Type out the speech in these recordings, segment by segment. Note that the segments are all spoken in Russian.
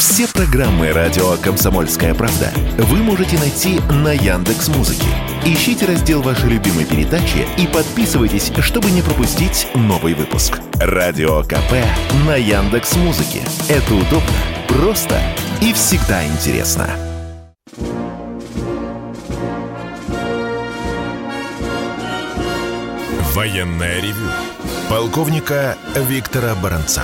Все программы радио «Комсомольская правда» вы можете найти на Яндекс.Музыке. Ищите раздел вашей любимой передачи и подписывайтесь, чтобы не пропустить новый выпуск. Радио КП на Яндекс.Музыке. Это удобно, просто и всегда интересно. Военное ревю полковника Виктора Баранца.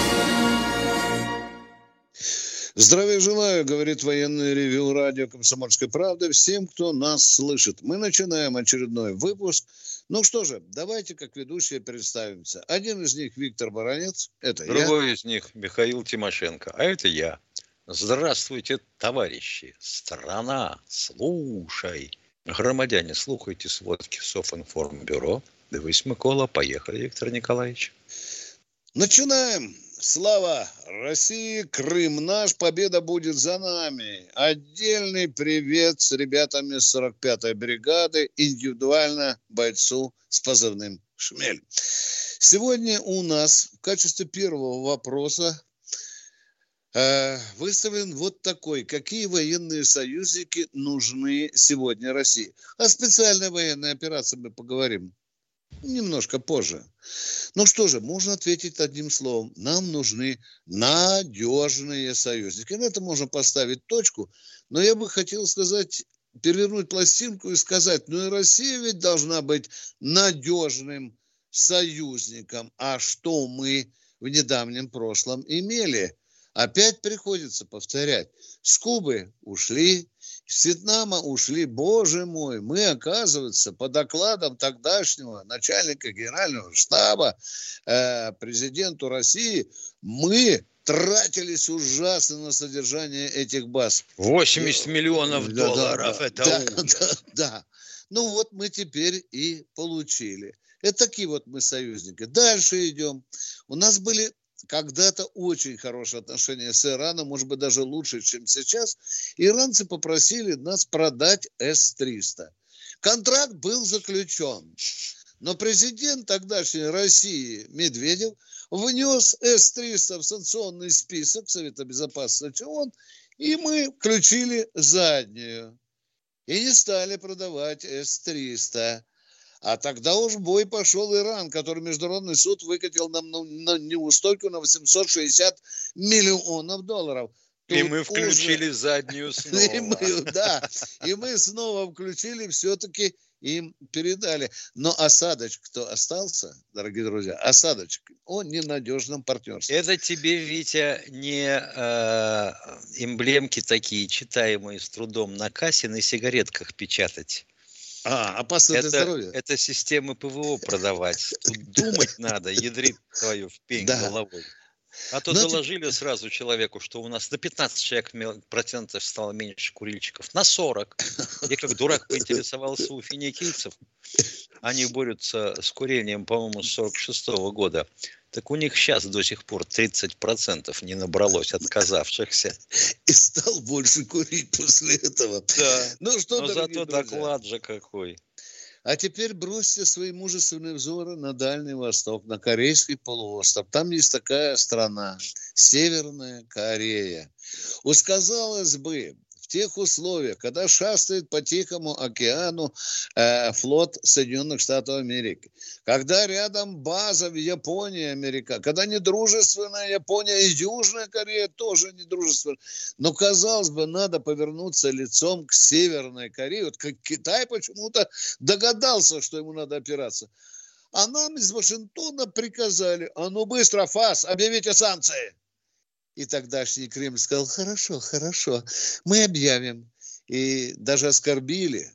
Здравия желаю, говорит военное ревю радио «Комсомольская правда» всем, кто нас слышит. Мы начинаем очередной выпуск. Ну что же, давайте как ведущие представимся. Один из них Виктор Баранец, это я. Другой из них Михаил Тимошенко, а это я. Здравствуйте, товарищи. Страна, слушай. Громадяне, слухайте сводки Софинформбюро. Дивись, Микола, поехали, Виктор Николаевич. Начинаем. Слава России, Крым наш, победа будет за нами. Отдельный привет с ребятами 45-й бригады, индивидуально бойцу с позывным «Шмель». Сегодня у нас в качестве первого вопроса выставлен вот такой. Какие военные союзники нужны сегодня России? О специальной военной операции мы поговорим немножко позже. Ну что же, можно ответить одним словом. Нам нужны надежные союзники. На это можно поставить точку. Но я бы хотел сказать, перевернуть пластинку и сказать, ну и Россия ведь должна быть надежным союзником. А что мы в недавнем прошлом имели? Опять приходится повторять. С Кубы ушли, с Вьетнама ушли. Боже мой, мы, оказывается, по докладам тогдашнего начальника генерального штаба, президенту России, мы тратились ужасно на содержание этих баз. 80 миллионов долларов. Да. Ну вот мы теперь и получили. Это такие вот мы союзники. Дальше идем. У нас были когда-то очень хорошие отношения с Ираном, может быть, даже лучше, чем сейчас. Иранцы попросили нас продать С-300. Контракт был заключен. Но президент тогдашней России Медведев внес С-300 в санкционный список Совета Безопасности ООН, и мы включили заднюю. И не стали продавать С-300. А тогда уж в бой пошел Иран, который Международный суд выкатил нам на неустойку на 860 миллионов долларов. И мы включили заднюю снова. И мы снова включили, все-таки им передали. Но осадочек-то остался, дорогие друзья. Осадочек о ненадежном партнерстве. Это тебе, Витя, не эмблемки такие, читаемые с трудом на кассе, на сигаретках печатать. Опасно для здоровья. Это системы ПВО продавать. Тут думать надо, ядрит твою в пень головой. А то заложили сразу человеку, что у нас на 15 процентов стало меньше курильщиков. На 40. Я как дурак поинтересовался у финикийцев. Они борются с курением, по-моему, с 46-го года. Так у них сейчас до сих пор 30% не набралось отказавшихся. И стал больше курить после этого. Да, но зато доклад же какой. А теперь бросьте свои мужественные взоры на Дальний Восток, на Корейский полуостров. Там есть такая страна, Северная Корея. Казалось бы, в тех условиях, когда шастает по Тихому океану флот Соединенных Штатов Америки, когда рядом база в Японии, Америка, когда недружественная Япония и Южная Корея тоже недружественная, но, казалось бы, надо повернуться лицом к Северной Корее. Вот как Китай почему-то догадался, что ему надо опираться. А нам из Вашингтона приказали: а ну быстро, ФАС, объявите санкции. И тогдашний Кремль сказал: хорошо, мы объявим. И даже оскорбили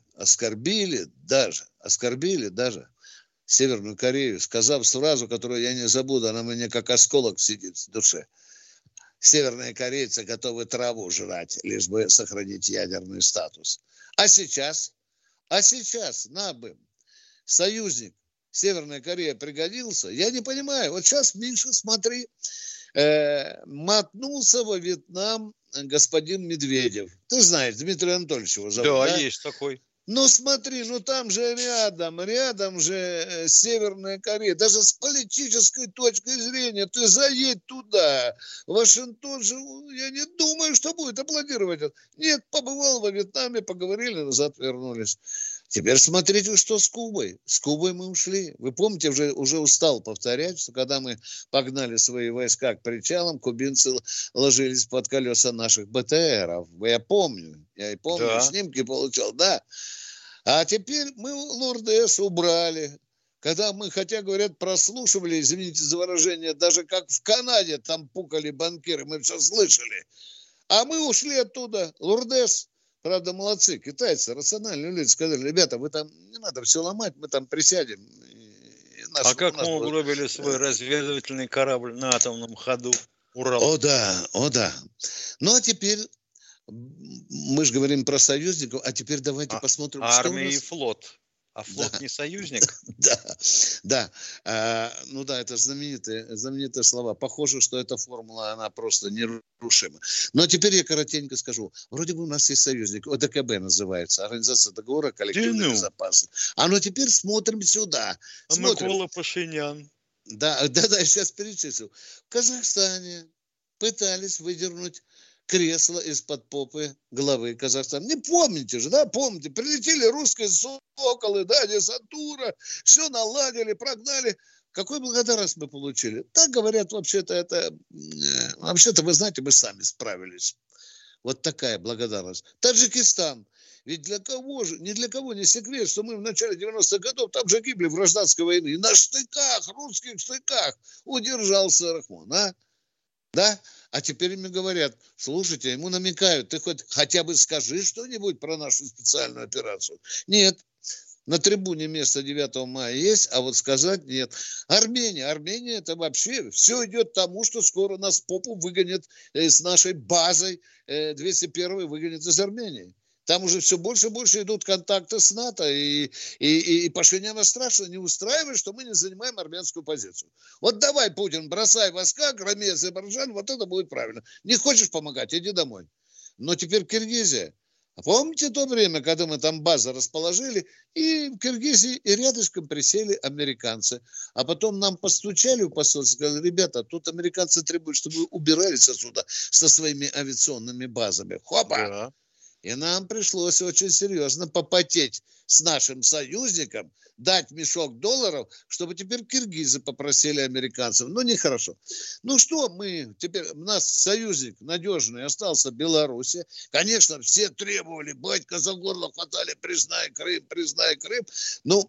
даже Северную Корею, сказав фразу, которую я не забуду, она мне как осколок сидит в душе. Северные корейцы готовы траву жрать, лишь бы сохранить ядерный статус. А сейчас нам бы союзник Северная Корея пригодился. Я не понимаю, вот сейчас, Миша, смотри, мотнулся во Вьетнам господин Медведев. Ты знаешь, Дмитрий Анатольевич его зовут, да? Есть такой. Ну смотри, ну там же рядом же Северная Корея. Даже с политической точки зрения ты заедь туда. Вашингтон же, я не думаю, что будет аплодировать. Нет, побывал во Вьетнаме, поговорили, назад вернулись. Теперь смотрите, что с Кубой. С Кубой мы ушли. Вы помните, уже устал повторять, что когда мы погнали свои войска к причалам, кубинцы ложились под колеса наших БТРов. Я помню, да. Снимки получал, да. А теперь мы Лурдес убрали. Когда мы, хотя, говорят, прослушивали, извините за выражение, даже как в Канаде там пукали банкиры, мы все слышали. А мы ушли оттуда. Лурдес. Правда, молодцы, китайцы, рациональные люди сказали, ребята, вы там не надо все ломать, мы там присядем. А как мы угробили свой разведывательный корабль на атомном ходу? Урал. О да. Ну, а теперь мы же говорим про союзников, а теперь давайте посмотрим, что армия и флот. А флот не союзник? Да. Ну да, это знаменитые слова. Похоже, что эта формула, она просто нерушима. Но теперь я коротенько скажу. Вроде бы у нас есть союзник. ОДКБ называется. Организация договора коллективной безопасности. А ну теперь смотрим сюда. Микола Пашинян. Да, я сейчас перечислю. В Казахстане пытались выдернуть кресло из-под попы главы Казахстана. Не помните же, да? Помните. Прилетели русские соколы, да, десантура, все наладили, прогнали. Какой благодарность мы получили? Так говорят, вообще-то вы знаете, мы сами справились. Вот такая благодарность. Таджикистан. Ведь для кого же, ни для кого не секрет, что мы в начале 90-х годов там же гибли в гражданской войне. И на штыках, русских штыках удержался Рахмон, а? Да? А теперь мне говорят, слушайте, ему намекают, ты хотя бы скажи что-нибудь про нашу специальную операцию. Нет. На трибуне место 9 мая есть, а вот сказать нет. Армения это вообще все идет к тому, что скоро нас попу выгонят с нашей базой, 201 выгонят из Армении. Там уже все больше и больше идут контакты с НАТО, и Пашиняна страшно не устраивает, что мы не занимаем армянскую позицию. Вот давай, Путин, бросай войска, громи Азербайджан, вот это будет правильно. Не хочешь помогать, иди домой. Но теперь Киргизия. Помните то время, когда мы там базы расположили, и в Киргизии и рядышком присели американцы. А потом нам постучали в посольство, сказали, ребята, тут американцы требуют, чтобы вы убирались отсюда со своими авиационными базами. Хопа! Да. И нам пришлось очень серьезно попотеть с нашим союзником, дать мешок долларов, чтобы теперь киргизы попросили американцев. Ну, нехорошо. Ну, что мы теперь, у нас союзник надежный остался Беларусь. Конечно, все требовали, батька за горло хватали, признай Крым. Ну,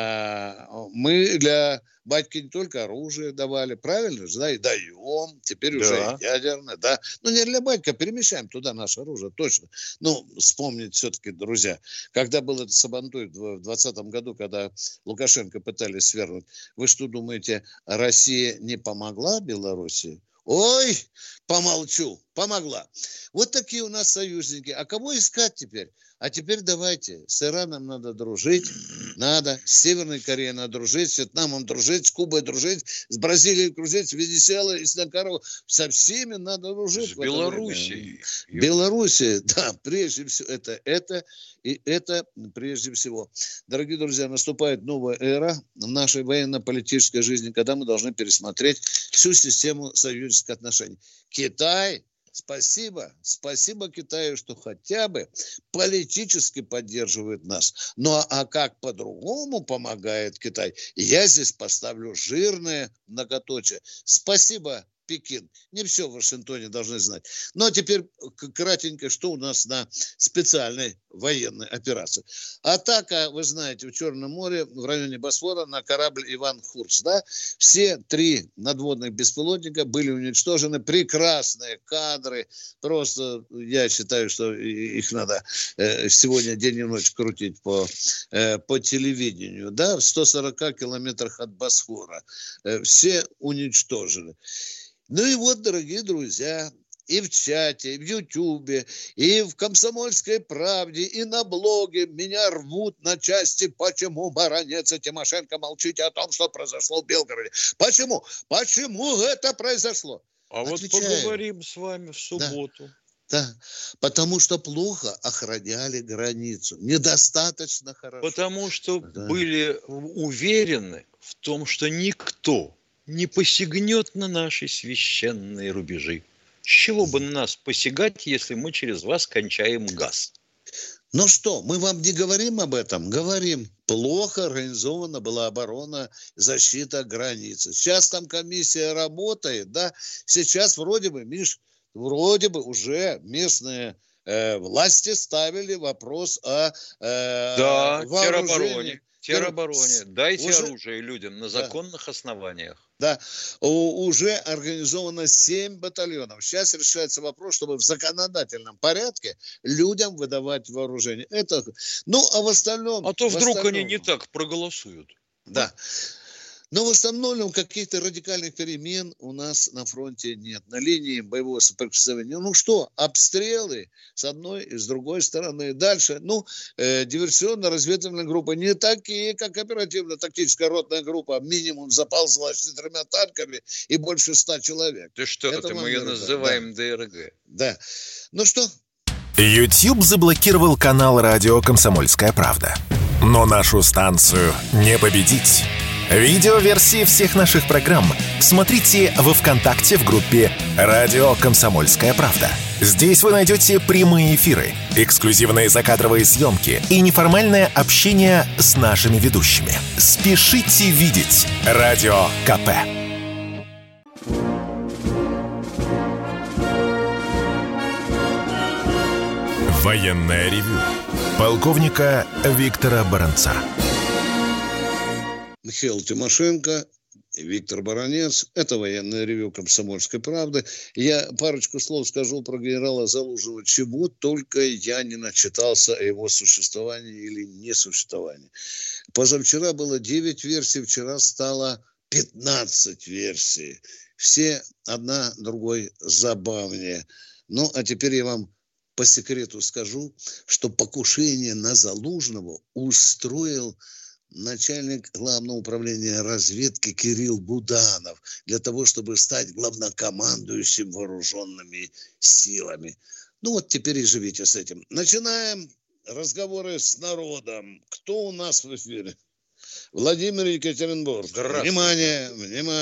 мы для батьки не только оружие давали, правильно же, да, и даем, теперь уже ядерное, да. Ну, не для батька, перемещаем туда наше оружие, точно. Ну, вспомнить все-таки, друзья, когда был этот Сабантуй в 2020 году, когда Лукашенко пытались свергнуть, вы что думаете, Россия не помогла Беларуси? Ой, помолчу, помогла. Вот такие у нас союзники. А кого искать теперь? А теперь давайте, с Ираном надо дружить, с Северной Кореей надо дружить, с Вьетнамом дружить, с Кубой дружить, с Бразилией дружить, с Венесуэлой, с Накаровой, со всеми надо дружить. С Белоруссией. Белоруссия, да, прежде всего, это прежде всего. Дорогие друзья, наступает новая эра в нашей военно-политической жизни, когда мы должны пересмотреть всю систему союзнических отношений. Китай, спасибо Китаю, что хотя бы политически поддерживает нас. Ну а как по-другому помогает Китай? Я здесь поставлю жирное многоточие. Спасибо, Пекин. Не все в Вашингтоне должны знать. Ну, а теперь кратенько, что у нас на специальной военной операции. Атака, вы знаете, в Черном море, в районе Босфора, на корабль Иван Хурс. Да? Все 3 надводных беспилотника были уничтожены. Прекрасные кадры. Просто я считаю, что их надо сегодня день и ночь крутить по телевидению. Да? В 140 километрах от Босфора. Все уничтожены. Ну и вот, дорогие друзья, и в чате, и в Ютубе, и в «Комсомольской правде», и на блоге меня рвут на части. Почему, баронец и Тимошенко, молчите о том, что произошло в Белгороде? Почему? Почему это произошло? А отвечаю. Вот поговорим с вами в субботу. Да, потому что плохо охраняли границу, недостаточно хорошо. Потому что были уверены в том, что никто не посягнет на наши священные рубежи. С чего бы на нас посягать, если мы через вас кончаем газ? Ну что, мы вам не говорим об этом? Говорим. Плохо организована была оборона, защита границы. Сейчас там комиссия работает, да? Сейчас вроде бы, Миш, уже местные власти ставили вопрос о вооружении. Теробороне. Дайте оружие людям на законных основаниях. Да, уже организовано 7 батальонов. Сейчас решается вопрос, чтобы в законодательном порядке людям выдавать вооружение. Это, а в остальном... А то вдруг они не так проголосуют. Да. Но в основном каких-то радикальных перемен у нас на фронте нет. На линии боевого соприкосновения. Обстрелы с одной и с другой стороны. Дальше, диверсионно-разведывательная группа не такие, как оперативно-тактическая ротная группа. Минимум заползла с 4 танками и больше 100 человек. Ты что, мы ее называем ДРГ. Да. Ну что? YouTube заблокировал канал радио «Комсомольская правда». Но нашу станцию не победить. Видеоверсии всех наших программ смотрите во ВКонтакте в группе «Радио Комсомольская правда». Здесь вы найдете прямые эфиры, эксклюзивные закадровые съемки и неформальное общение с нашими ведущими. Спешите видеть Радио КП. Военное ревю полковника Виктора Баранца. Михаил Тимошенко, Виктор Баранец. Это военное ревю «Комсомольской правды». Я парочку слов скажу про генерала Залужного. Чего только я не начитался о его существовании или несуществовании. Позавчера было 9 версий, вчера стало 15 версий. Все одна другой забавнее. А теперь я вам по секрету скажу, что покушение на Залужного устроил начальник Главного управления разведки Кирилл Буданов для того, чтобы стать главнокомандующим вооруженными силами. Теперь и живите с этим. Начинаем разговоры с народом. Кто у нас в эфире? Владимир, Екатеринбург. Внимание.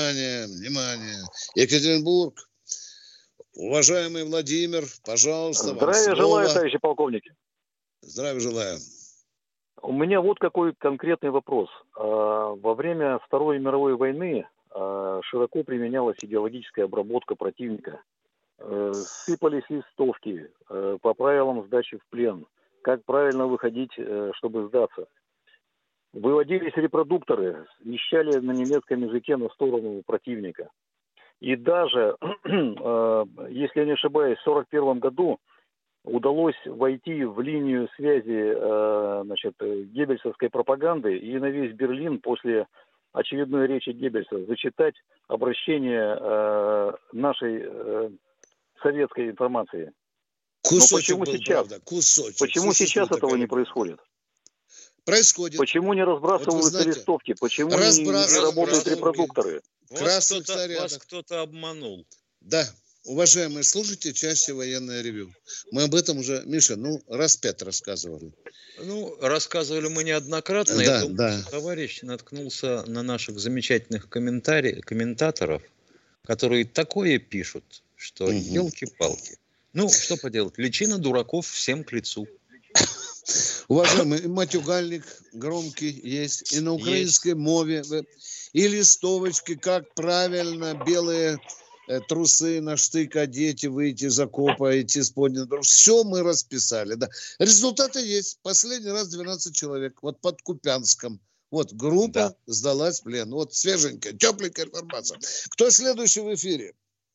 Екатеринбург. Уважаемый Владимир, пожалуйста. Здравия желаю, товарищи полковники. Здравия желаю. У меня вот какой конкретный вопрос. Во время Второй мировой войны широко применялась идеологическая обработка противника. Сыпались листовки по правилам сдачи в плен. Как правильно выходить, чтобы сдаться. Выводились репродукторы, вещали на немецком языке на сторону противника. И даже, если я не ошибаюсь, в 1941 году удалось войти в линию связи геббельсовской пропаганды и на весь Берлин после очередной речи Геббельса зачитать обращение нашей советской информации. Кусочек. Но почему был, сейчас? Правда, кусочек. Почему сейчас этого не происходит? Происходит. Почему не разбрасываются листовки? почему не работают репродукторы? Вас кто-то обманул. Да. Уважаемые, слушайте чаще военное ревю. Мы об этом уже, Миша, раз 5 рассказывали. Рассказывали мы неоднократно. Да, я думаю, что товарищ наткнулся на наших замечательных комментаторов, которые такое пишут, что елки-палки. Что поделать, личина дураков всем к лицу. Уважаемый, матюгальник громкий есть и на украинской мове, и листовочки, как правильно белые трусы на штык одеть и выйти из окопа, идти с поднятым. Все мы расписали, да. Результаты есть. Последний раз 12 человек. Под Купянском. Группа сдалась в плен. Свеженькая, тепленькая информация. Кто следующий в эфире?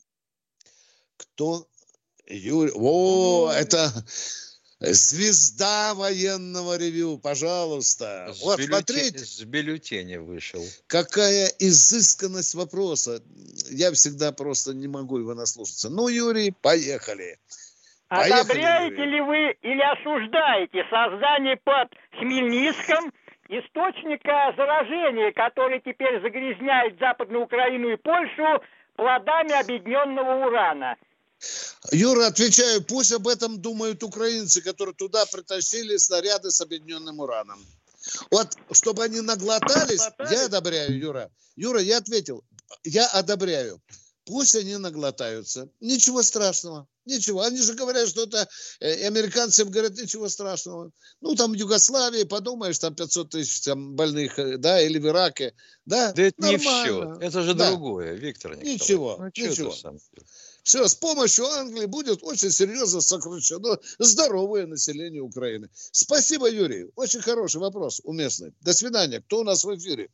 Кто? Юрий. Это звезда военного ревю. Пожалуйста. Смотрите. С бюллетеня вышел. Какая изысканность вопроса. Я всегда просто не могу его наслушаться. Юрий, поехали. Одобряете ли вы или осуждаете создание под Хмельницком источника заражения, который теперь загрязняет Западную Украину и Польшу плодами объединенного урана? Юра, отвечаю, пусть об этом думают украинцы, которые туда притащили снаряды с объединенным ураном. Вот, чтобы они наглотались, я одобряю, Юра. Юра, я ответил, я одобряю. Пусть они наглотаются. Ничего страшного. Ничего. Они же говорят, что это... Американцы говорят, ничего страшного. Ну, там в Югославии, подумаешь, там 500 тысяч там, больных, да, или в Ираке. Да, это нормально. Не все. Это же другое, Виктор Николаевич. Ничего, ничего. Все, с помощью Англии будет очень серьезно сокращено здоровое население Украины. Спасибо, Юрий. Очень хороший вопрос, уместный. До свидания. Кто у нас в эфире?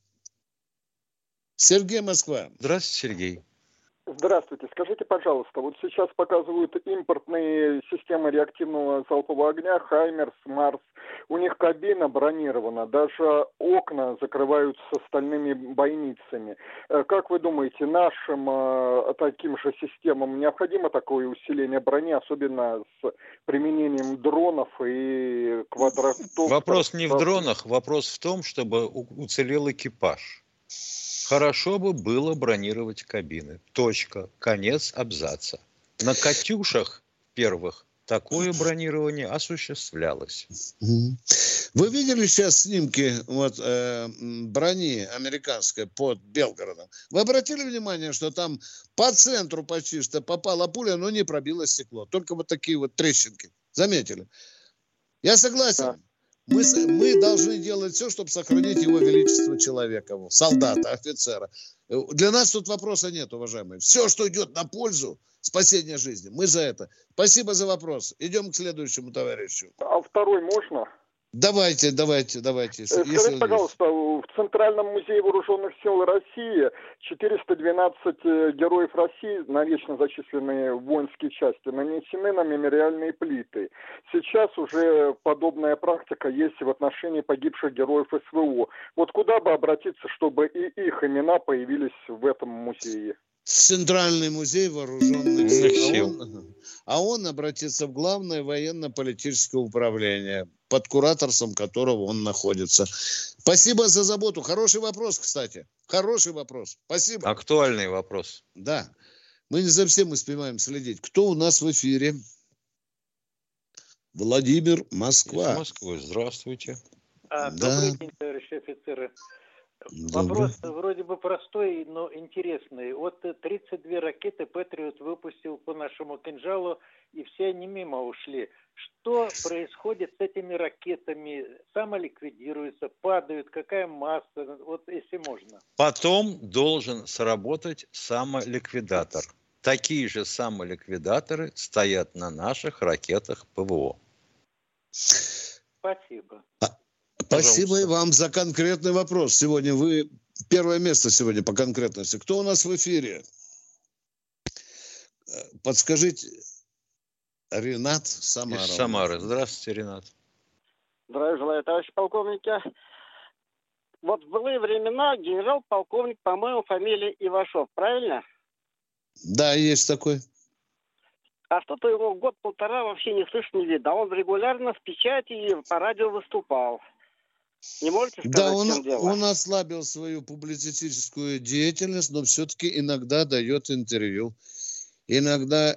Сергей, Москва. Здравствуйте, Сергей. Здравствуйте. Скажите, пожалуйста, вот сейчас показывают импортные системы реактивного залпового огня «Хаймерс», «Марс». У них кабина бронирована, даже окна закрываются стальными бойницами. Как вы думаете, нашим таким же системам необходимо такое усиление брони, особенно с применением дронов и квадрокоптеров? Вопрос не в дронах, вопрос в том, чтобы уцелел экипаж. Хорошо бы было бронировать кабины. Точка. Конец абзаца. На «Катюшах» первых такое бронирование осуществлялось. Вы видели сейчас снимки брони американской под Белгородом? Вы обратили внимание, что там по центру почти что попала пуля, но не пробило стекло. Только вот такие вот трещинки. Заметили? Я согласен. Да. Мы должны делать все, чтобы сохранить его величество человека, солдата, офицера. Для нас тут вопроса нет, уважаемые. Все, что идет на пользу спасения жизни, мы за это. Спасибо за вопрос. Идем к следующему товарищу. А второй можно? Давайте. Скажите, пожалуйста, в Центральном музее вооруженных сил России 412 героев России, навечно зачисленные в воинские части, нанесены на мемориальные плиты. Сейчас уже подобная практика есть в отношении погибших героев СВО. Вот куда бы обратиться, чтобы и их имена появились в этом музее? Центральный музей вооруженных сил. А он обратится в Главное военно-политическое управление, под кураторством которого он находится. Спасибо за заботу. Хороший вопрос, кстати. Хороший вопрос. Спасибо. Актуальный вопрос. Да. Мы не за всем успеваем следить. Кто у нас в эфире? Владимир, Москва. Из Москвы. Здравствуйте. Добрый день, товарищи офицеры. Вопрос вроде бы простой, но интересный. Вот 32 ракеты Патриот выпустил по нашему кинжалу, и все они мимо ушли. Что происходит с этими ракетами? Самоликвидируются, падают? Какая масса? Вот если можно. Потом должен сработать самоликвидатор. Такие же самоликвидаторы стоят на наших ракетах ПВО. Спасибо. Спасибо и вам за конкретный вопрос. Сегодня вы первое место сегодня по конкретности. Кто у нас в эфире? Подскажите. Ренат, Самара. Из Самары. Здравствуйте, Ренат. Здравия желаю, товарищи полковники. Вот в былые времена генерал-полковник, по-моему, фамилия Ивашов, правильно? Да, есть такой. А что-то его год-полтора вообще не слышно, не видно. Он регулярно в печати и по радио выступал. Не можете сказать, да, в чем дело? Он ослабил свою публицистическую деятельность, но все-таки иногда дает интервью. Иногда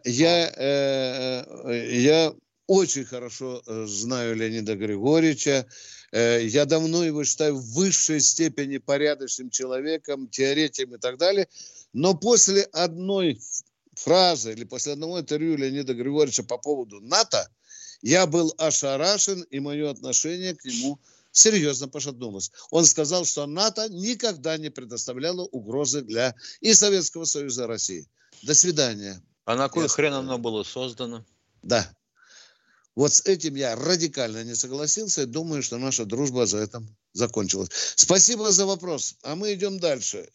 я очень хорошо знаю Леонида Григорьевича. Я давно его считаю в высшей степени порядочным человеком, теоретиком и так далее. Но после одной фразы или после одного интервью Леонида Григорьевича по поводу НАТО я был ошарашен, и мое отношение к нему серьезно пошатнулось. Он сказал, что НАТО никогда не предоставляло угрозы для и Советского Союза, и России. До свидания. А на кой хрен оно было создано? Да. Вот с этим я радикально не согласился и думаю, что наша дружба за это закончилась. Спасибо за вопрос. А мы идем дальше.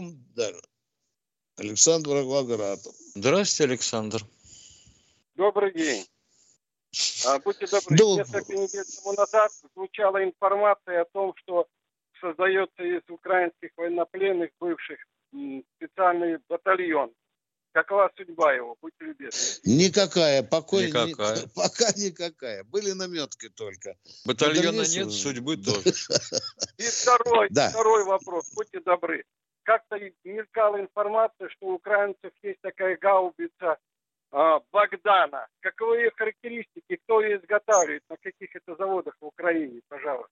Александр Волгоград. Здравствуйте, Александр. Добрый день. Будьте добры, несколько недель тому назад звучала информация о том, что создается из украинских военнопленных бывших специальный батальон. Какова судьба его? Будьте любезны. Никакая. Пока никакая. Были наметки только. Батальона нет, судьбы тоже. И второй вопрос. Будьте добры. Как-то мелькала информация, что у украинцев есть такая гаубица Богдана. Каковы ее характеристики, кто ее изготавливает, на каких это заводах в Украине, пожалуйста.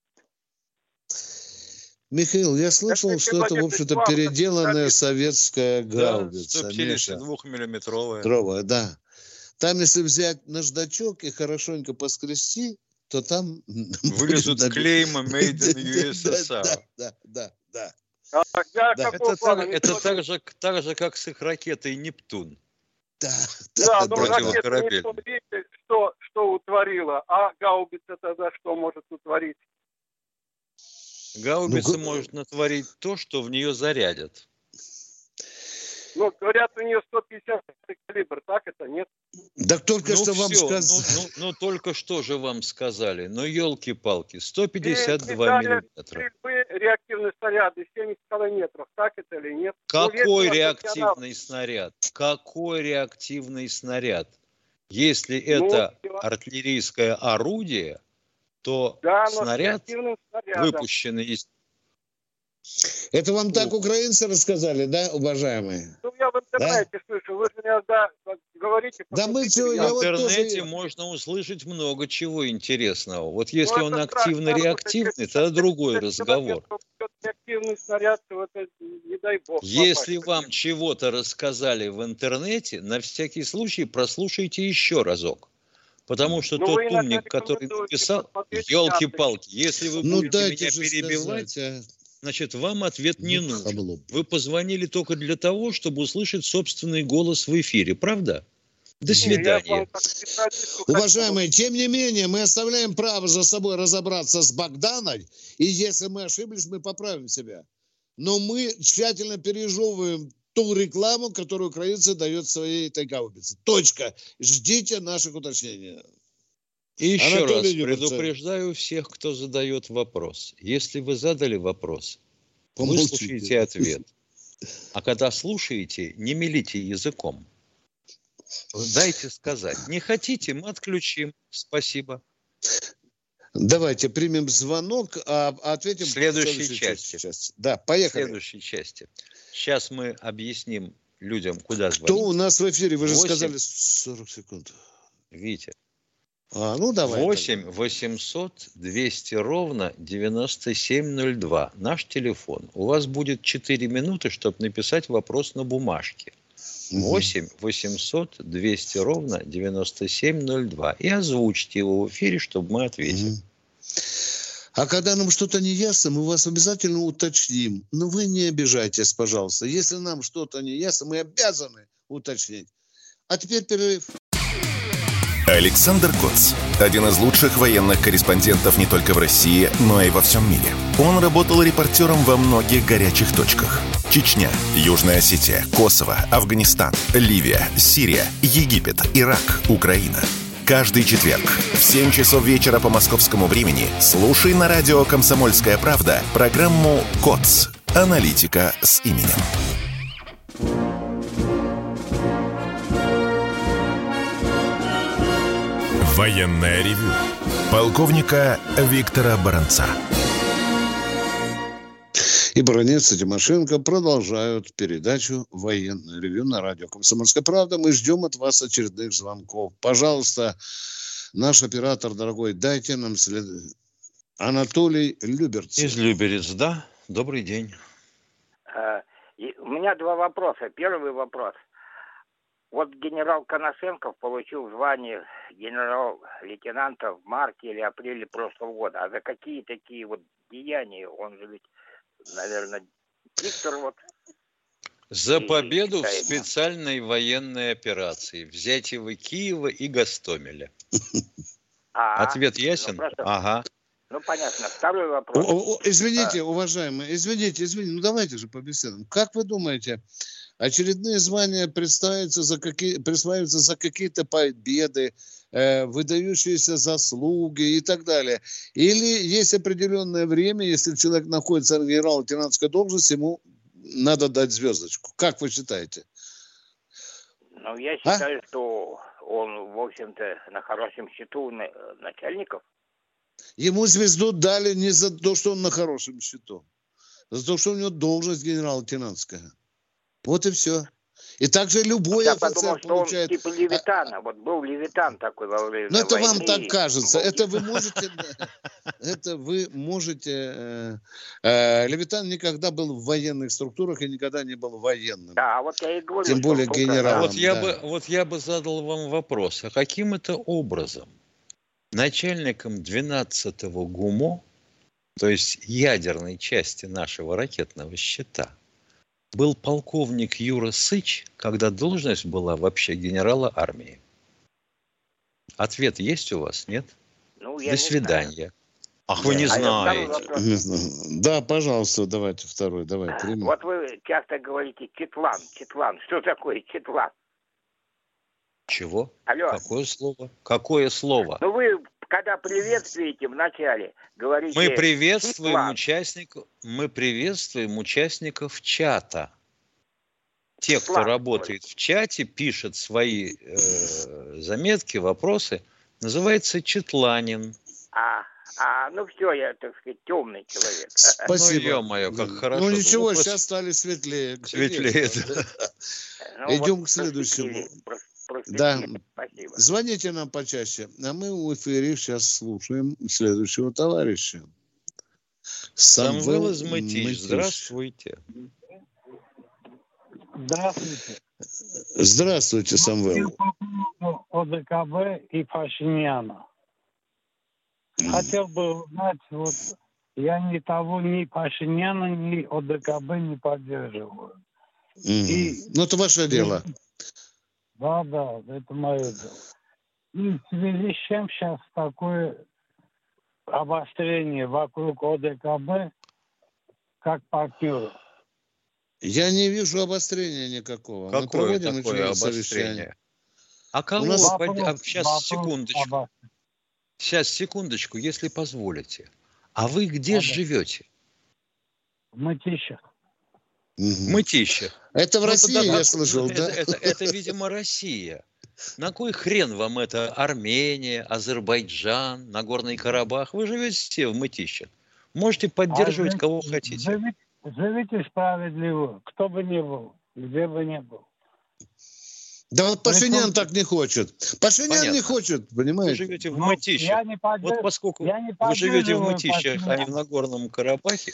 Михаил, я слышал, что это, в общем-то, переделанная советская гаубица. 152-миллиметровая. Да. Там, если взять наждачок и хорошенько поскрести, то там... Вылезут с клейма Made in USSR. Да. Это так же, как с их ракетой «Нептун». Да, но ракета «Нептун», видите, что утворила, а гаубица тогда что может утворить? Гаубица может натворить то, что в нее зарядят. Ну, говорят, у нее 150 калибр, так это, нет? Так только что вам сказали. Ну, только что же вам сказали. Ну, елки-палки, 152 миллиметра. Реактивные снаряды 70 километров, так это или нет? Какой реактивный снаряд? Какой реактивный снаряд? Если это артиллерийское орудие, то снаряд, выпущенный из... Это вам так украинцы рассказали, да, уважаемые? Ну, я в интернете слышу, вы же иногда говорите... Да мы что, в интернете можно услышать много чего интересного. Вот если он активно-реактивный, тогда другой разговор. Реактивный снаряд, это не дай бог. Если вам чего-то рассказали в интернете, на всякий случай прослушайте еще разок. Потому что тот умник, который написал, елки-палки, если вы будете меня перебивать, значит, вам ответ не нужен. Вы позвонили только для того, чтобы услышать собственный голос в эфире, правда? До свидания. Уважаемые, тем не менее, мы оставляем право за собой разобраться с Богданой, и если мы ошиблись, мы поправим себя. Но мы тщательно пережевываем ту рекламу, которую украинцы дают своей этой гаубице. Точка. Ждите наших уточнений. И еще раз предупреждаю всех, кто задает вопрос. Если вы задали вопрос, выслушайте ответ. А когда слушаете, не мелите языком. Дайте сказать. Не хотите, мы отключим. Спасибо. Давайте примем звонок, а ответим в следующей части. Да, поехали. В следующей части. Сейчас мы объясним людям, куда звонить. Кто у нас в эфире? Вы же сказали 40 секунд. Витя. Ну давай. 8 800 200 ровно 9702. Наш телефон. У вас будет 4 минуты, чтобы написать вопрос на бумажке. 8 800 200 ровно 9702. И озвучьте его в эфире, чтобы мы ответили. А когда нам что-то не ясно, мы вас обязательно уточним. Но вы не обижайтесь, пожалуйста. Если нам что-то не ясно, мы обязаны уточнить. А теперь перерыв. Александр Коц. Один из лучших военных корреспондентов не только в России, но и во всем мире. Он работал репортером во многих горячих точках. Чечня, Южная Осетия, Косово, Афганистан, Ливия, Сирия, Египет, Ирак, Украина. Каждый четверг в 7 часов вечера по московскому времени слушай на радио «Комсомольская правда» программу «КОЦ». Аналитика с именем. Военное ревю полковника Виктора Баранца. И Баранец и Тимошенко продолжают передачу «Военное ревю» на радио «Комсомольская правда». Мы ждем от вас очередных звонков. Пожалуйста, наш оператор дорогой, дайте нам Анатолий Люберц. Из Люберец, да? Добрый день. У меня два вопроса. Первый вопрос. Вот генерал Коношенков получил звание генерал-лейтенанта в марте или апреле прошлого года. А за какие такие вот деяния? Он же ведь, наверное, диктор вот... За победу в специальной военной операции. Взятие Киева и Гостомеля. Ответ ясен? Ага. Ну, понятно. Второй вопрос. Извините, уважаемые, извините. Ну, давайте же побеседуем. Как вы думаете, очередные звания присваиваются за какие-то победы, выдающиеся заслуги и так далее? Или есть определенное время, если человек находится на генерал-лейтенантской должности, ему надо дать звездочку? Как вы считаете? Ну, я считаю, что он, в общем-то, на хорошем счету начальников. Ему звезду дали не за то, что он на хорошем счету, а за то, что у него должность генерал-лейтенантская. Вот и все. И также любой Я офицер подумал, что получает... он типа Левитана. Вот был Левитан такой во время Но это войны. вам так кажется. Это вы можете... Это вы можете... Левитан никогда был в военных структурах и никогда не был военным. Да, вот я и говорю. Тем более генералом. Вот я бы задал вам вопрос. А каким это образом начальником 12-го ГУМО, то есть ядерной части нашего ракетного щита, был полковник Юра Сыч, когда должность была вообще генерала армии? Ответ есть у вас, нет? Ну, я До свидания. Знаю. Ах, вы не знаете. Да, пожалуйста, давайте второй. Давай, примем. Вот вы часто говорите Четлан. Четлан. Что такое Четлан? Чего? Алло. Какое слово? Какое слово? Ну, вы, когда приветствуете вначале, говорите... Мы приветствуем участников чата. Те, кто работает в чате, пишет свои заметки, вопросы, называется Четланин. Ну все, я, так сказать, темный человек. Спасибо. Ну, ё-моё, как хорошо. Ну ничего, сейчас стали светлее. Светлее. Идем к следующему. Да. Спасибо. Звоните нам почаще. А мы в эфире сейчас слушаем следующего товарища. Самвел из Мытищ. Здравствуйте. Здравствуйте. Здравствуйте, Самвел. По поводу ОДКБ и Пашиняна. Хотел бы узнать, вот я ни того, ни Пашиняна, ни ОДКБ не поддерживаю. Ну, это ваше дело. Да, это мое дело. И в связи с чем сейчас такое обострение вокруг ОДКБ как партнера? Я не вижу обострения никакого. Какое такое обострение? А кого? Сейчас, секундочку. Сейчас, секундочку, если позволите. А вы где живете? В Мытищах. В Мытищах. Это в России, я слышал, да? Это, видимо, Россия. На кой хрен вам это Армения, Азербайджан, Нагорный Карабах? Вы живете в Мытищах. Можете поддерживать кого хотите. Живите справедливо, кто бы ни был, где бы ни был. Да вот Пашинян так не хочет. Пашинян не хочет, понимаете? Вы живете в Мытищах. Вот поскольку вы живете в Мытищах, а не в Нагорном Карабахе,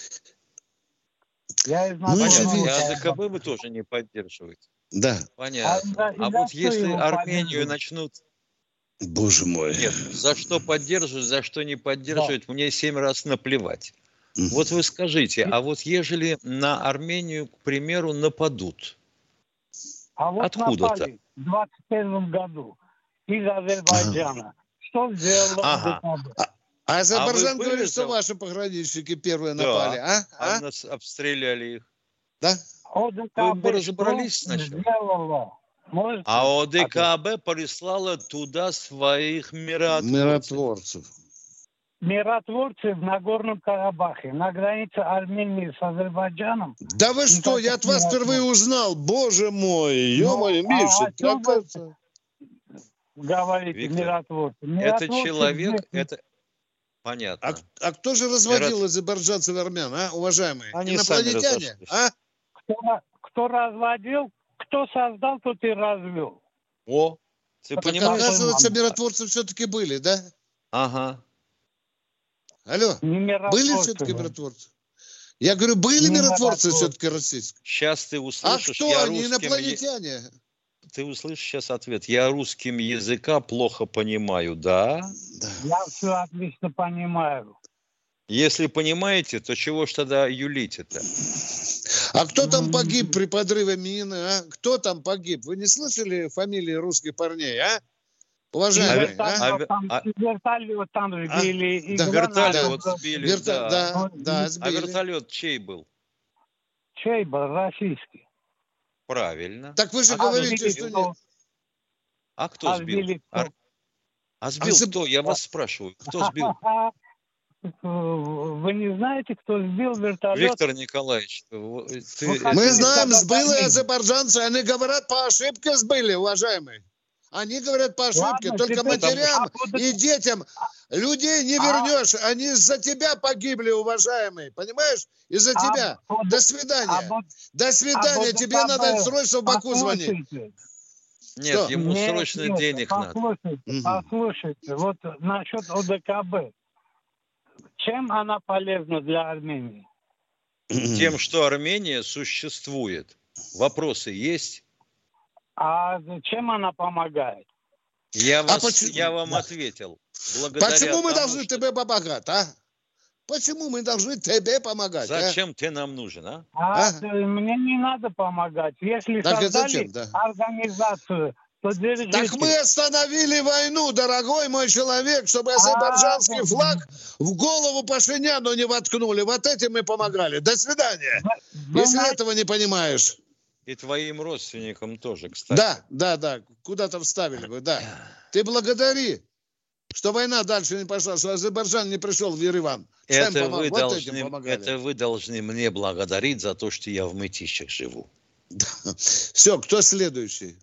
понятно, а АДКБ вы тоже не поддерживаете. Да. Понятно. А вот если Армению начнут... Боже мой. Нет, за что поддерживать, за что не поддерживать, мне 7 раз наплевать. Вот вы скажите, а вот ежели на Армению, к примеру, нападут, вот откуда-то? В 2021 году из Азербайджана. Что сделало АДКБ? Азербайджан говорит, что ваши пограничники первые напали. А нас обстреляли их. Да? Вы бы разобрались сначала. А ОДКБ прислала туда своих миротворцев. Миротворцы в Нагорном Карабахе, на границе Армении с Азербайджаном. Да вы что, я от вас впервые узнал, боже мой, ё-моё, Миша, оказывается... Говорите, миротворцы. Это человек, это... Понятно. А кто же разводил азербайджанцев и армян, уважаемые? Они инопланетяне? Кто разводил, кто создал, тот и развел. Ты понимаешь? Оказывается, миротворцы все-таки были, да? Ага. Алло, были все-таки миротворцы? Я говорю, были миротворцы все-таки российские? Сейчас ты услышишь. А кто они, инопланетяне? Ты услышишь сейчас ответ. Я русским языка плохо понимаю, да? Я все отлично понимаю. Если понимаете, то чего ж тогда юлите-то? А кто там погиб при подрыве мины, а? Кто там погиб? Вы не слышали фамилии русских парней, а? Уважаемые, вертолет там сбили. Вертолет сбили, да, сбили. А вертолет чей был? Чей был? Российский. Правильно. Так вы же говорите, что нет. А кто сбил? А сбил кто? Я вас спрашиваю. Кто сбил? Вы не знаете, кто сбил вертолет? Виктор Николаевич, мы знаем, сбили азербайджанцы. Они говорят, по ошибке сбили, уважаемые. Они говорят по ошибке. Ладно, только матерям и детям людей не вернешь. Они из-за тебя погибли, уважаемый. Понимаешь? Из-за тебя. До свидания. До свидания. Тебе надо срочно в Баку звонить. Нет, Что? ему срочно денег надо. Послушайте, вот насчет ОДКБ. Чем она полезна для Армении? Тем, что Армения существует. Вопросы есть? А чем она помогает? Я вам ответил. Почему мы должны тебе помогать, а? Почему мы должны тебе помогать? Зачем ты нам нужен, а? Мне не надо помогать. Если Так создали организацию, то держите. Так мы остановили войну, дорогой мой человек, чтобы азербайджанский флаг в голову Пашиняну не воткнули. Вот этим мы помогали. До свидания. Если этого не понимаешь. И твоим родственникам тоже, кстати. Да. Куда-то вставили бы, да. Ты благодари, что война дальше не пошла, что Азербайджан не пришел в Ереван. Это вы должны мне благодарить за то, что я в Мытищах живу. Все, кто следующий?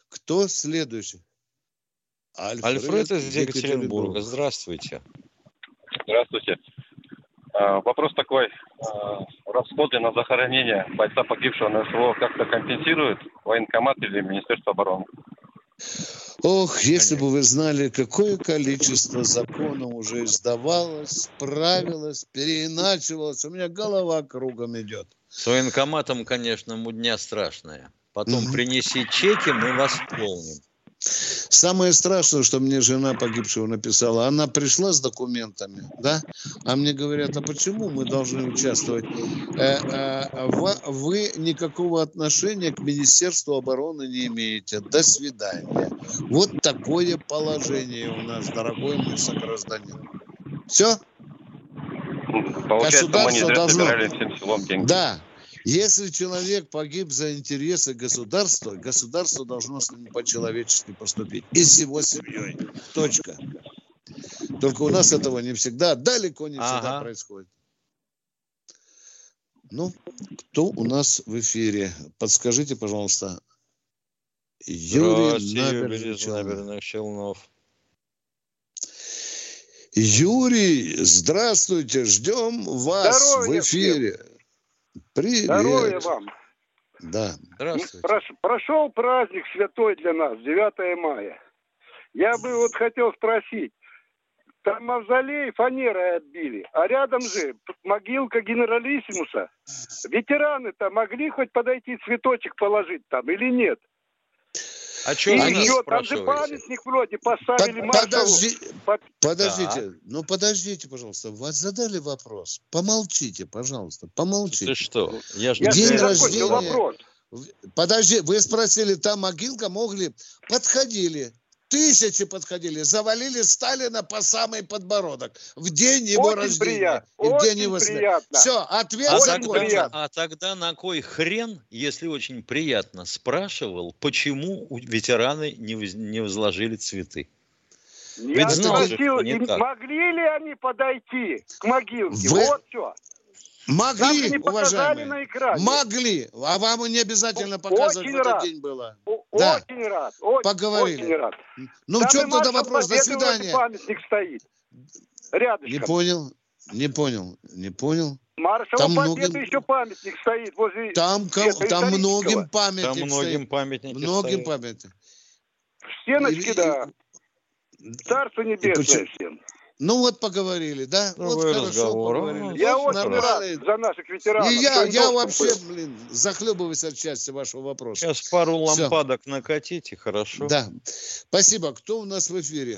Альфред из Екатеринбурга. Здравствуйте. Здравствуйте. Вопрос такой. Расходы на захоронение бойца, погибшего на СВО, как-то компенсирует военкомат или Министерство обороны? Ох, если бы вы знали, какое количество законов уже издавалось, правилось, переиначивалось. У меня голова кругом идет. С военкоматом, конечно, мудня страшная. Потом принеси чеки, мы восполним. Самое страшное, что мне жена погибшего написала, она пришла с документами, да, а мне говорят, а почему мы должны участвовать? Вы никакого отношения к Министерству обороны не имеете. До свидания. Вот такое положение у нас, дорогой мой согражданин. Все? Получается, мы не зря собирали всем селом деньги. Да. Если человек погиб за интересы государства, государство должно с ним по-человечески поступить. И с его семьей. Точка. Только у нас этого не всегда, далеко не всегда происходит. Ну, кто у нас в эфире? Подскажите, пожалуйста. Юрий Набережных Челнов. Юрий, здравствуйте, ждем вас. Здоровья в эфире. Всем. Привет. Здоровья вам. Да. Здравствуйте. Прошел праздник святой для нас, 9 мая. Я бы вот хотел спросить. Там мавзолей фанерой отбили, а рядом же могилка генералиссимуса. Ветераны-то могли хоть подойти цветочек положить там или нет? А что вы нас там же памятник вроде поставили Подождите, пожалуйста. Вас задали вопрос. Помолчите, пожалуйста. Помолчите. Ты что? День рождения. Вопрос. Подожди, вы спросили, там могилка, могли? Подходили. Тысячи подходили. Завалили Сталина по самый подбородок. В день его очень рождения. Приятно. В день его смерти. Все, ответ закончен. А тогда на кой хрен, если очень приятно, спрашивал, почему ветераны не возложили цветы? Я спросил, могли ли они подойти к могилке? Вот что. Могли, уважаемые. Могли. А вам не обязательно показывать, в этот день было. Очень рад. Поговорили. Очень рад. Ну, в чем тогда вопрос? До свидания. Памятник стоит. Рядышком. Не понял. Маршалу Победы еще памятник стоит возле... Там многим памятник стоит. Многим памятник. Стеночки, да. Царство небесное всем. Ну вот поговорили, да? Вот хорошо поговорили. Я очень рад за наших ветеранов. И я вообще, захлебываюсь от счастья вашего вопроса. Сейчас пару лампадок накатите, хорошо? Да. Спасибо. Кто у нас в эфире?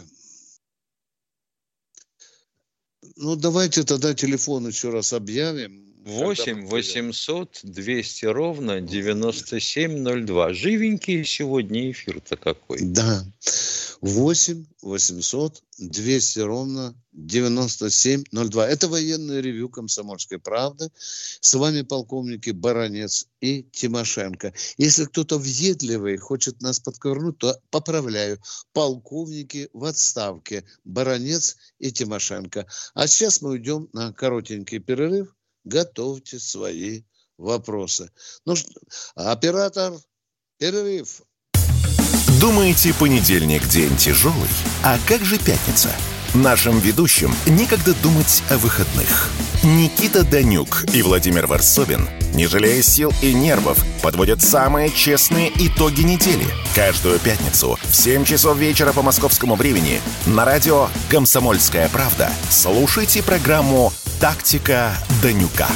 Ну, давайте тогда телефон еще раз объявим. 8 800 200 ровно 9702. Живенький сегодня эфир-то какой. Да. 8 800 200 ровно 9702. Это военное ревью «Комсомольской правды». С вами полковники Баранец и Тимошенко. Если кто-то въедливый хочет нас подковырнуть, то поправляю. Полковники в отставке. Баранец и Тимошенко. А сейчас мы уйдем на коротенький перерыв. Готовьте свои вопросы. Ну что, оператор, перерыв. Думаете, понедельник день тяжелый? А как же пятница? Нашим ведущим некогда думать о выходных. Никита Данюк и Владимир Варсобин, не жалея сил и нервов, подводят самые честные итоги недели. Каждую пятницу в 7 часов вечера по московскому времени на радио «Комсомольская правда» слушайте программу «Тактика Данюка».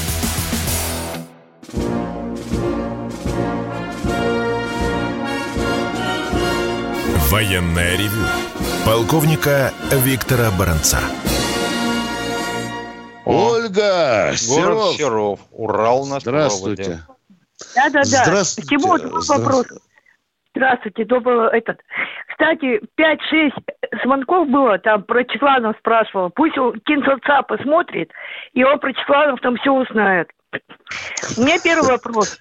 Военное ревю полковника Виктора Баранца. Ольга, Город Серов. Урал нас. Здравствуйте. Да. Здравствуйте. Тимур, вопрос. Здравствуйте. Кстати, 5-6 звонков было, там про Чесланов спрашивал. Пусть он Кинцовца посмотрит, и он про Чесланов там все узнает. У меня первый вопрос.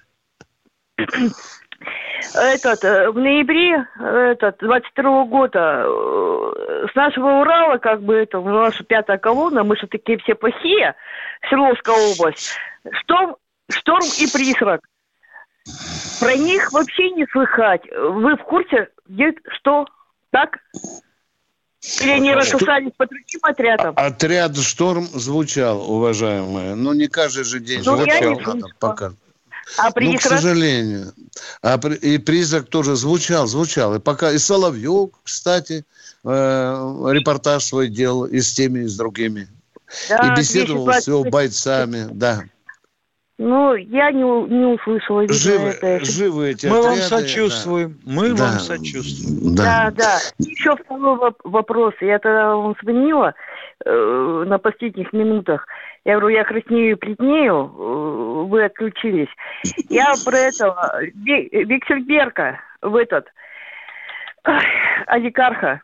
В ноябре 22 года с нашего Урала, наша 5-я колонна, мы же такие все плохие, Свердловская область, шторм и призрак. Про них вообще не слыхать. Вы в курсе, где что, так? Или они рассосались по другим отрядам? Отряд «Шторм» звучал, уважаемые, но не каждый же день звучал. Пока. А призрак? К сожалению. И призрак тоже звучал. И Соловьев, кстати, репортаж свой делал и с теми, и с другими. Да, и беседовал с его бойцами, да. Я не услышала. Живы эти Мы отряды. вам сочувствуем. Да. Мы вам сочувствуем. Да. Еще второй вопрос. Я тогда вам звонила на последних минутах. Я говорю, я краснею и плетнею, вы отключились. Я про этого Виксельберга, олигарха.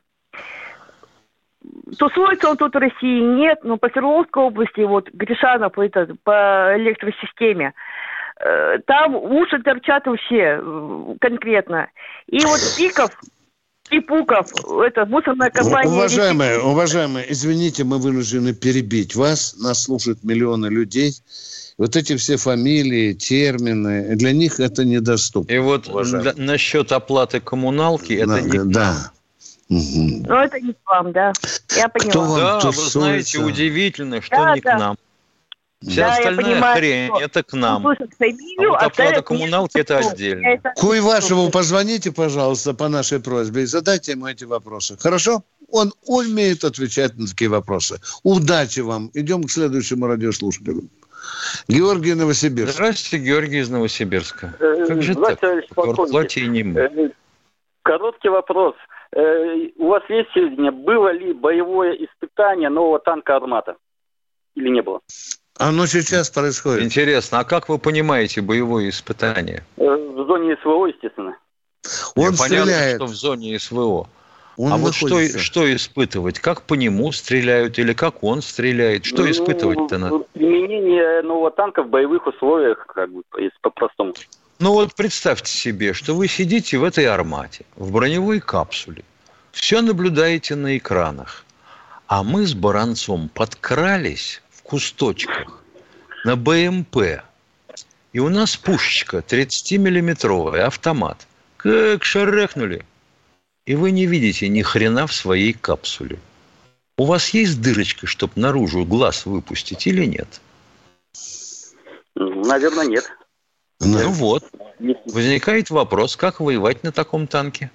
Тусуется он тут в России, нет, но по Свердловской области, Гришанов по электросистеме, там уши торчат вообще конкретно. И Пиков и Пуков, мусорная компания... Уважаемые, извините, мы вынуждены перебить вас. Нас слушают миллионы людей. Эти все фамилии, термины, для них это недоступно. И насчет оплаты коммуналки, это не... Да. Угу. Это не к вам, да. Я поняла. Вы знаете, удивительно, что не к нам. Вся остальная хрень – это к нам. Оплата коммуналки – это отдельно. Куйвашеву позвоните, пожалуйста, по нашей просьбе и задайте ему эти вопросы. Хорошо? Он умеет отвечать на такие вопросы. Удачи вам. Идем к следующему радиослушателю. Георгий, Новосибирск. Здравствуйте, Георгий из Новосибирска. Как же так? Платье не мы. Короткий вопрос. У вас есть сведения, было ли боевое испытание нового танка «Армата» или не было? Оно сейчас происходит. Интересно, а как вы понимаете боевое испытание? В зоне СВО, естественно. Он стреляет. Понятно, что в зоне СВО. Что испытывать? Как по нему стреляют или как он стреляет? Что испытывать-то надо? Применение нового танка в боевых условиях, по-простому. Представьте себе, что вы сидите в этой «Армате», в броневой капсуле, все наблюдаете на экранах, а мы с Баранцом подкрались в кусточках на БМП, и у нас пушечка 30-миллиметровая, автомат. Как шарахнули! И вы не видите ни хрена в своей капсуле. У вас есть дырочка, чтобы наружу глаз выпустить или нет? Наверное, нет. Возникает вопрос, как воевать на таком танке?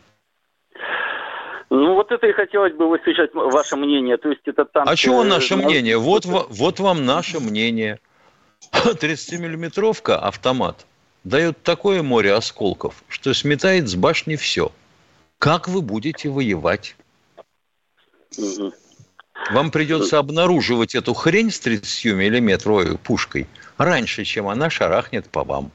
Это и хотелось бы услышать ваше мнение. То есть это танк... А чего наше мнение? Вот вам наше мнение. 30-миллиметровка автомат дает такое море осколков, что сметает с башни все. Как вы будете воевать? Вам придется обнаруживать эту хрень с 30-миллиметровой пушкой раньше, чем она шарахнет по вам.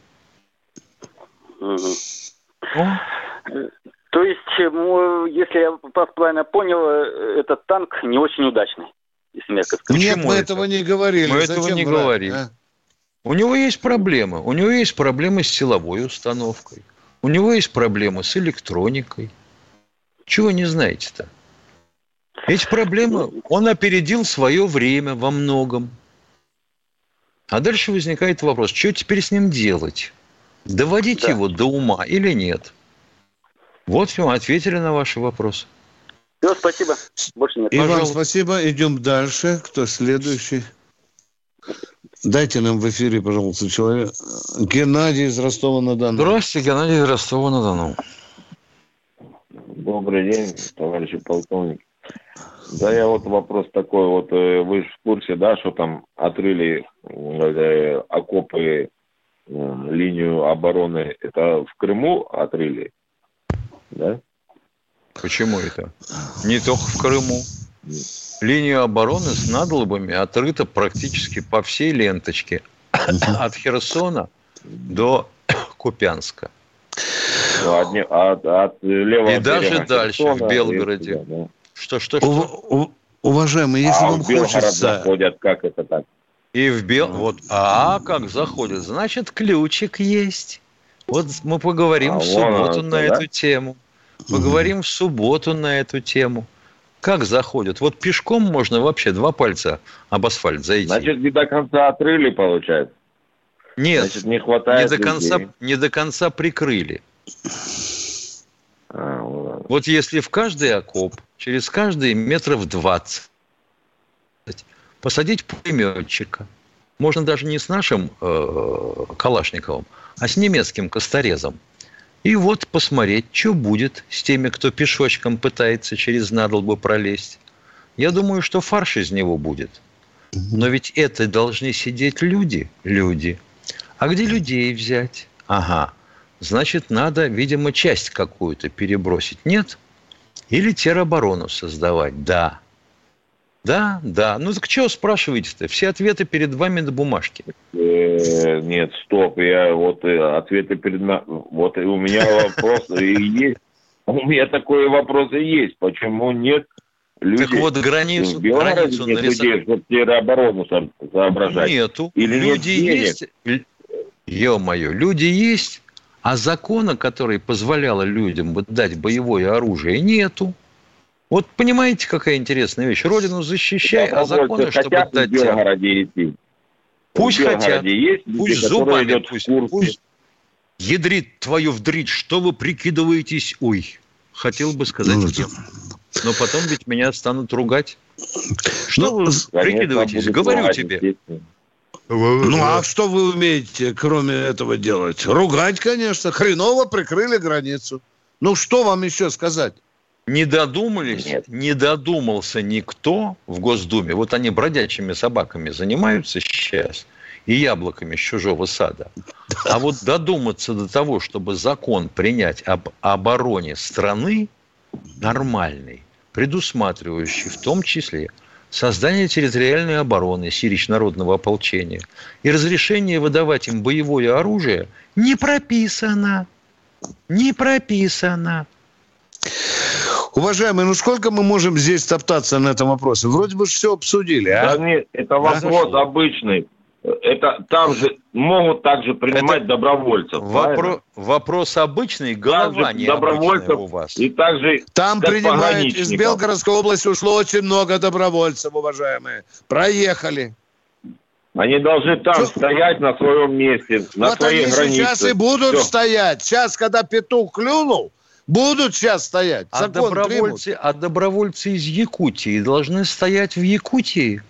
То есть, если я правильно понял, этот танк не очень удачный, если мягко сказать. Нет, мы этого не говорили. Мы этого не говорим. У него есть проблемы. У него есть проблемы с силовой установкой. У него есть проблемы с электроникой. Чего не знаете-то? Эти проблемы он опередил свое время во многом. А дальше возникает вопрос, что теперь с ним делать? Доводить его до ума или нет? Вот все, ответили на ваши вопросы. Все, спасибо. Больше нет. И Пожалуйста. вам спасибо. Идем дальше. Кто следующий? Дайте нам в эфире, пожалуйста, человек. Геннадий из Ростова-на-Дону. Здравствуйте, Геннадий из Ростова-на-Дону. Добрый день, товарищи полковники. Да, я вот вопрос такой, вот вы же в курсе, да, что там отрыли окопы, линию обороны, это в Крыму отрыли, да? Почему это? Не только в Крыму. Линию обороны с надлобами отрыта практически по всей ленточке. От Херсона до Купянска. От левого и даже дальше, Херсона, в Белгороде. Туда, да. Что? Уважаемый, если вам в Белгород хочется... заходят, как это так? И в как заходят? Значит, ключик есть. Вот мы поговорим в субботу на эту тему. Поговорим в субботу на эту тему. Как заходят? Вот пешком можно вообще 2 пальца об асфальт зайти. Значит, не до конца отрыли, получается? Нет, значит, не хватает не до конца прикрыли. Вот если в каждый окоп, через каждые метров 20 посадить пулеметчика, можно даже не с нашим Калашниковым, а с немецким косторезом, и вот посмотреть, что будет с теми, кто пешочком пытается через надолбы пролезть. Я думаю, что фарш из него будет. Но ведь это должны сидеть люди. А где людей взять? Ага. Значит, надо, видимо, часть какую-то перебросить. Нет? Или тероборону создавать. Да. Ну так чего спрашиваете-то? Все ответы перед вами на бумажке. Нет, стоп. Я вот ответы перед... Вот у меня вопрос есть. У меня такой вопрос и есть. Почему нет людей? Так вот, границу нет людей, чтобы тероборону соображать. Нету. Или люди есть. Ё-моё, люди есть, а закона, который позволял людям дать боевое оружие, нету. Вот понимаете, какая интересная вещь? Родину защищай, а законы, чтобы дать... Пусть хотят, пусть зубами, пусть ядрит твою вдрить, что вы прикидываетесь, хотел бы сказать кем. Но потом ведь меня станут ругать. Что вы прикидываетесь? Говорю тебе. А что вы умеете, кроме этого, делать? Ругать, конечно. Хреново прикрыли границу. Что вам еще сказать? Не додумались, не додумался никто в Госдуме. Вот они бродячими собаками занимаются сейчас и яблоками с чужого сада. А вот додуматься до того, чтобы закон принять об обороне страны нормальный, предусматривающий в том числе создание территориальной обороны, сирич народного ополчения и разрешение выдавать им боевое оружие, не прописано. Уважаемые, сколько мы можем здесь топтаться на этом вопросе? Вроде бы все обсудили, Да нет, это вопрос обычный. Это там же могут также принимать добровольцев. Вопрос обычный, голова не обычная у вас. И также там принимают, из Белгородской области ушло очень много добровольцев, уважаемые. Проехали. Они должны там стоять на своем месте, на своей границе. Вот они сейчас и будут стоять. Сейчас, когда петух клюнул, будут сейчас стоять. А добровольцы из Якутии должны стоять в Якутии?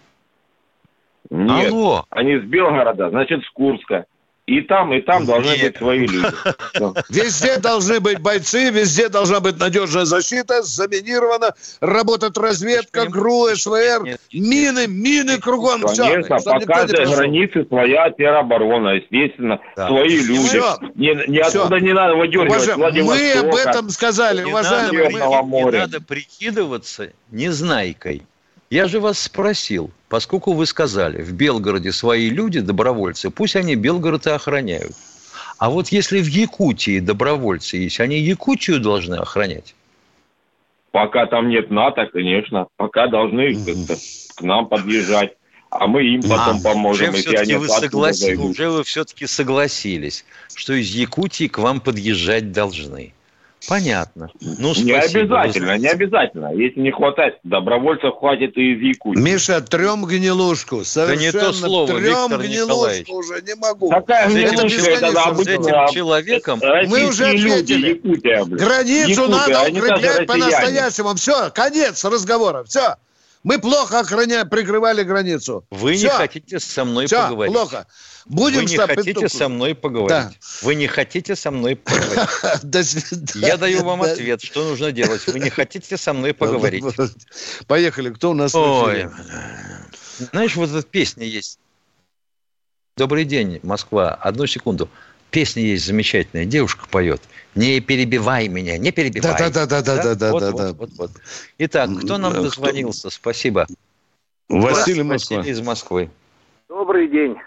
Нет, они с Белгорода, значит, с Курска. И там должны быть свои люди. Везде должны быть бойцы, везде должна быть надежная защита, заминирована, работает разведка, ГРУ, СВР, мины кругом. Конечно, по каждой границе своя тероборона, естественно, свои люди. Не оттуда не надо выдергивать Владивостока. Мы об этом сказали, уважаемые. Не надо прикидываться незнайкой. Я же вас спросил, поскольку вы сказали, в Белгороде свои люди, добровольцы, пусть они Белгород и охраняют. А вот если в Якутии добровольцы есть, они Якутию должны охранять? Пока там нет НАТО, конечно. Пока должны к нам подъезжать. А мы им потом поможем, если они оттуда зайдут. Уже вы все-таки согласились, что из Якутии к вам подъезжать должны. Понятно. Ну, не обязательно, не обязательно. Если не хватает добровольцев, хватит и из Якутии. Миша, трем гнилушку. Совершенно да не то слово, трем Виктор гнилушку Николаевич. уже не могу. Какая гнилушка? С этим человеком... Мы уже ответили. Якутия, границу Якутия, надо они укреплять по-настоящему. Все, конец разговора. Все. Мы плохо прикрывали границу. Вы Всё. не хотите со мной поговорить. Плохо. Будем Вы не хотите со мной поговорить. Да. Вы не хотите со мной поговорить. Я даю вам ответ, что нужно делать. Вы не хотите со мной поговорить. Поехали. Кто у нас? Ой. Знаешь, вот эта песня есть. Добрый день, Москва. Одну секунду. Песня есть замечательная. Девушка поет. Не перебивай меня, не перебивай. Да. Вот. Итак, кто нам дозвонился? Спасибо. Василий Москва. Василий из Москвы. Добрый день.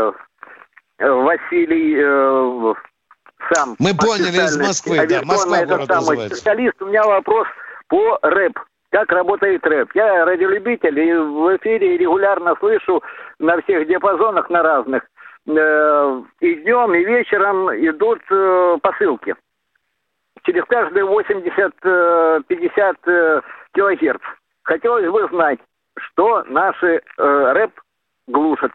Василий сам. Мы поняли, из Москвы. Да, Москва город называется. Специалист. У меня вопрос по рэп. Как работает рэп? Я радиолюбитель и в эфире регулярно слышу на всех диапазонах, на разных. И днем, и вечером идут посылки. Через каждые 80-50 килогерц. Хотелось бы знать, что наши рэп глушат.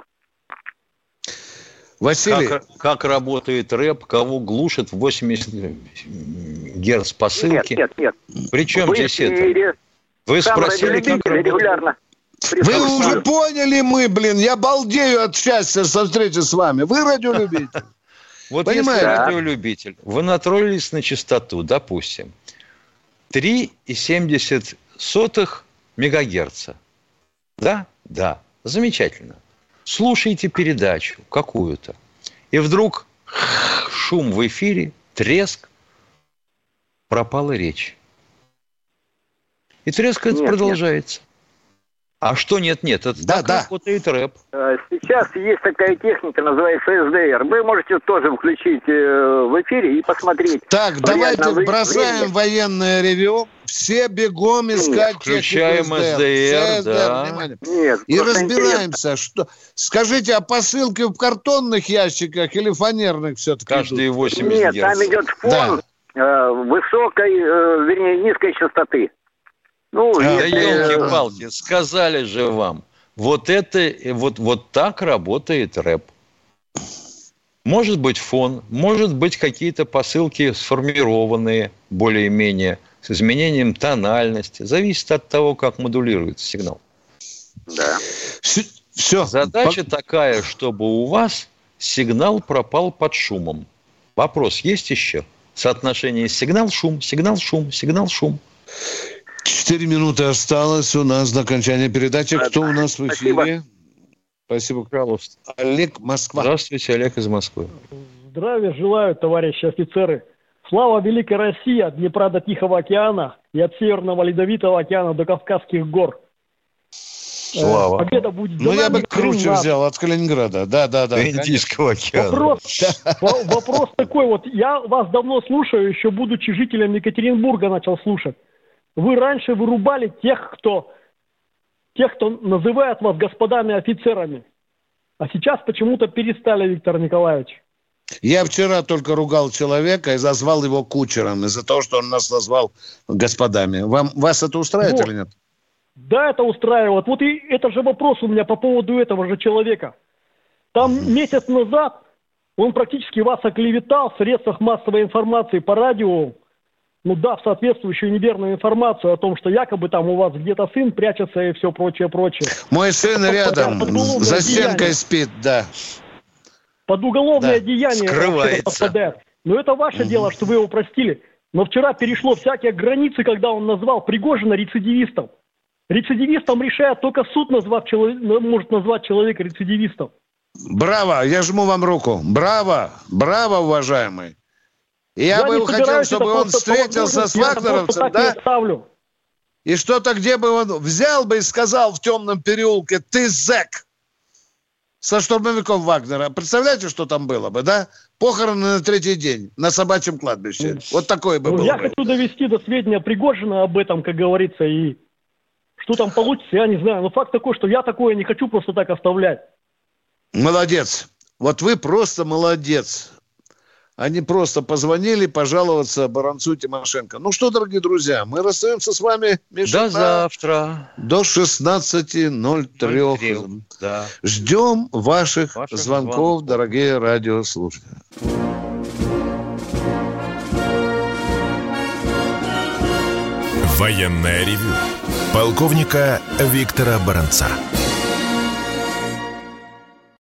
Василий. Как работает рэп, кого глушит 80 герц посылки? Нет. Причем здесь это? Вы спросили, как регулярно. Вы уже поняли, я балдею от счастья со встречи с вами. Вы радиолюбитель. Вот если радиолюбитель, вы натроились на частоту, допустим, 3,70 мегагерца. Да? Да. Замечательно. Слушайте передачу какую-то. И вдруг шум в эфире, треск, пропала речь. И треск это продолжается. А что нет? Это так работает рэп. Сейчас есть такая техника, называется SDR. Вы можете тоже включить в эфире и посмотреть. Так, давайте бросаем военное ревью. Все бегом искать включаем SDR, да. Нет, и разбираемся, что... Скажите, а посылки в картонных ящиках или фанерных все-таки? Каждые 80 Нет, там идет фон высокой, низкой частоты. Да елки-палки, сказали же вам. Вот так работает рэп. Может быть фон, может быть какие-то посылки сформированные более-менее, с изменением тональности. Зависит от того, как модулируется сигнал. Да. Все. Задача такая, чтобы у вас сигнал пропал под шумом. Вопрос есть еще? Соотношение сигнал-шум, сигнал-шум, сигнал-шум. 4 минуты осталось у нас до окончания передачи. Кто у нас в эфире? Спасибо, пожалуйста. Олег, Москва. Здравствуйте, Олег из Москвы. Здравия желаю, товарищи офицеры. Слава великой России от Днепра до Тихого океана и от Северного Ледовитого океана до Кавказских гор. Слава. Победа будет за нами. Я бы круче взял от Калининграда. Да. До Индийского океана. Вопрос такой вот. Я вас давно слушаю, еще будучи жителем Екатеринбурга начал слушать. Вы раньше вырубали тех, кто называет вас господами офицерами. А сейчас почему-то перестали, Виктор Николаевич. Я вчера только ругал человека и зазвал его кучером из-за того, что он нас назвал господами. Вас это устраивает или нет? Да, это устраивает. Вот и это же вопрос у меня по поводу этого же человека. Там месяц назад он практически вас оклеветал в средствах массовой информации по радио, дав соответствующую неверную информацию о том, что якобы там у вас где-то сын прячется и все прочее. Мой сын рядом, за стенкой спит, да. Под уголовное деяние скрывается. Попадает. Но это ваше дело, что вы его простили. Но вчера перешло всякие границы, когда он назвал Пригожина рецидивистом. Рецидивистом решает только суд, может назвать человека рецидивистом. Браво, я жму вам руку. Браво, уважаемый. И я бы хотел, чтобы он встретился с вагнеровцем, да? И что-то, где бы он взял бы и сказал в темном переулке: ты зэк! Со штурмовиком Вагнера. Представляете, что там было бы, да? Похороны на 3-й день на собачьем кладбище. Вот такое бы было. Я хочу довести до сведения Пригожина об этом, как говорится, и что там получится, я не знаю. Но факт такой, что я такое не хочу просто так оставлять. Молодец. Вот вы просто молодец. Они просто позвонили пожаловаться Баранцу и Тимошенко. Ну что, дорогие друзья, мы расстаемся с вами, Миша, до завтра. До 16:03. Да. Ждем ваших звонков, дорогие радиослушатели. Военное ревю полковника Виктора Баранца.